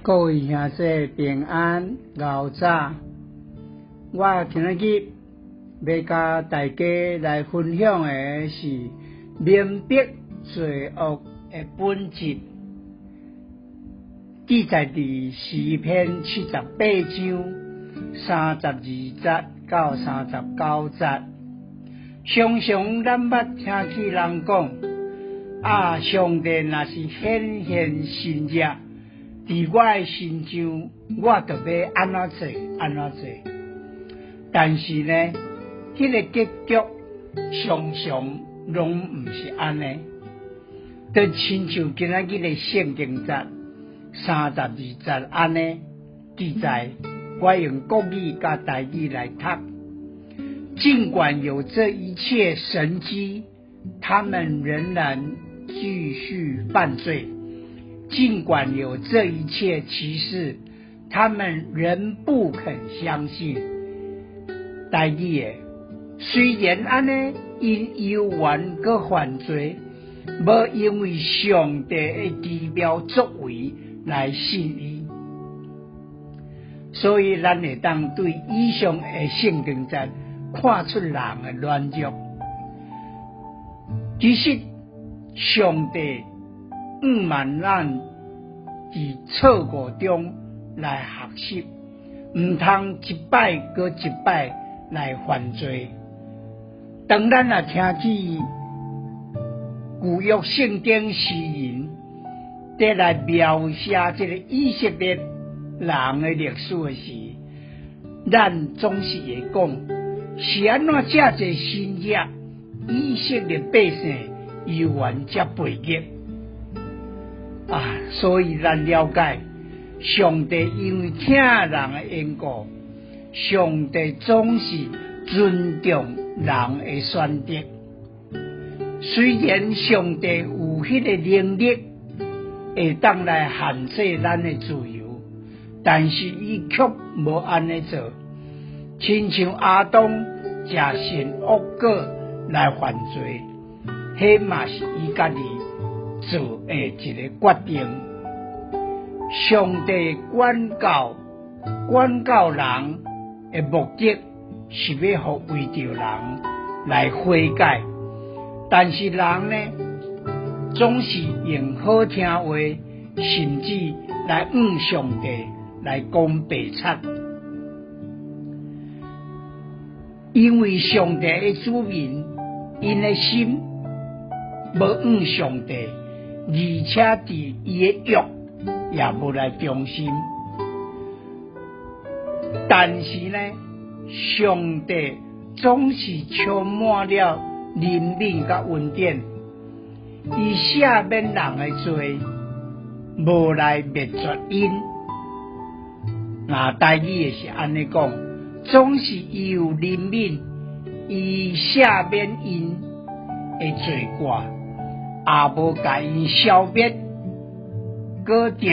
各位兄弟平安，熬早。我今日要甲大家来分享的是明白罪恶的本质，记载伫诗篇78章32节到39节。常常咱捌听起人讲，上帝若是显现神迹，伫我的身上，我就要安怎做安怎做。但是呢，迄个结局常常拢毋是安尼。就亲像今仔日的圣经节32节安尼记载，我用国语甲台语来读。尽管有这一切神迹，他们仍然继续犯罪。尽管有这一切奇事，他们仍不肯相信。台语的，虽然安尼，因犹原搁犯罪，无因为上帝的奇妙作为来信伊。所以咱会当对以上的圣经节看出人的软弱。其实上帝慢咱伫错误中来学习，毋通一摆搁一摆来犯罪。当咱听起旧约圣经诗人在来描写这个以色列人的历史的时，咱总是会讲，是安怎这侪神迹，以色列百姓犹原才背逆。所以咱了解，上帝因为疼人的缘故，上帝总是尊重人的选择。虽然上帝有迄个能力会当来限制咱的自由，但是伊却无安尼做。亲像亚当食善恶果来犯罪，迄嘛是伊家己做的一个决定。上帝管教人的目的是要互为着人来悔改，但是人呢，总是用好听话，甚至来上帝来讲白贼。因为上帝的子民，因的心无上帝，而且伫伊的约也无来忠心。但是呢，上帝总是充满了怜悯甲恩典，伊赦免人的罪，无来灭绝因。台语也是安尼讲，总是伊有怜悯，伊赦免因的罪过，也无甲因消灭，搁定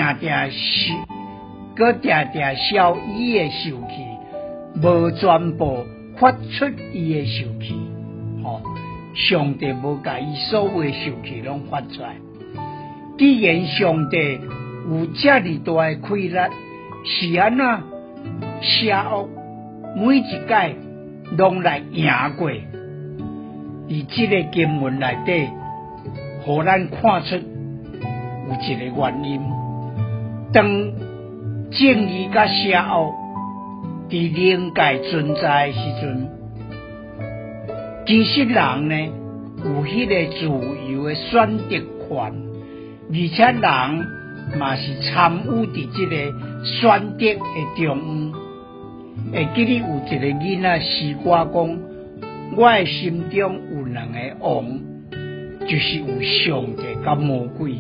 消伊的受气，无全部发出伊的受气。上帝无甲伊所有的受气拢发出来。既然上帝有这么大的气力，是安怎邪恶每一届拢来赢过？伫这个经文内底，互咱看出有一个原因。当正义甲邪恶伫灵界存在的时阵，其实人呢有迄个自由的选择权，而且人嘛是参与伫这个选择的中央。会记得有一个囡仔诗歌讲，我的心中有两个王，就是有上帝甲魔鬼。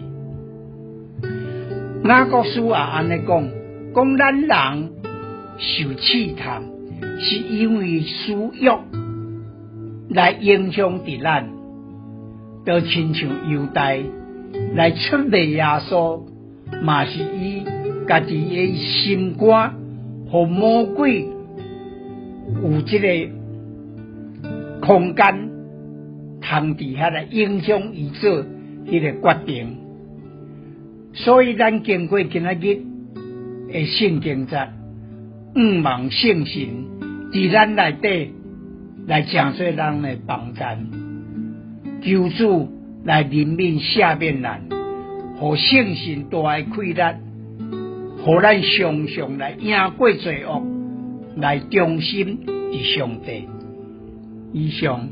雅各书也安尼讲咱人受试探，是因为私欲来影响伫咱，就亲像犹大来出卖耶稣，嘛是伊家己的心肝，互魔鬼有这个空间，通伫遐来影响伊做迄个决定。所以咱经过今仔日的圣经节，仰望圣神伫咱内底来正说人的帮赞，求主来怜悯赦免咱，互圣神大的气力，互咱常常来赢过罪恶，来忠心伫上帝。以上。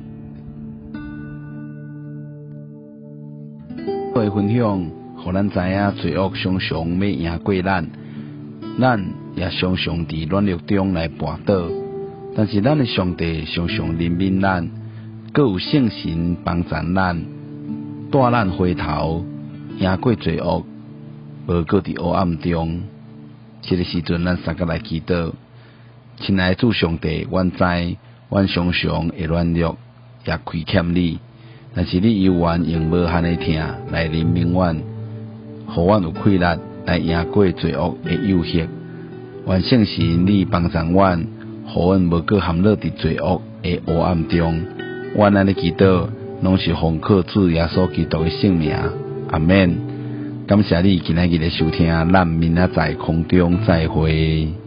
的分享，互咱知影罪恶常常要赢过咱，咱也常常伫软弱中来跋倒。但是咱的上帝常常怜悯咱，阁有圣神帮助咱，带咱回头赢过罪恶，无搁伫黑暗中。这个时阵，咱三个来祈祷。亲爱的主上帝，阮知阮常常会软弱，也亏欠你。但是你犹原用无限的疼来怜悯阮，互阮有气力来赢过罪恶的诱惑。愿圣神你帮助阮，互阮无搁陷落伫罪恶的黑暗中。阮安尼祈祷，拢是奉靠主耶稣基督的圣名，阿们。感谢你今日的收听，咱明仔载空中再会。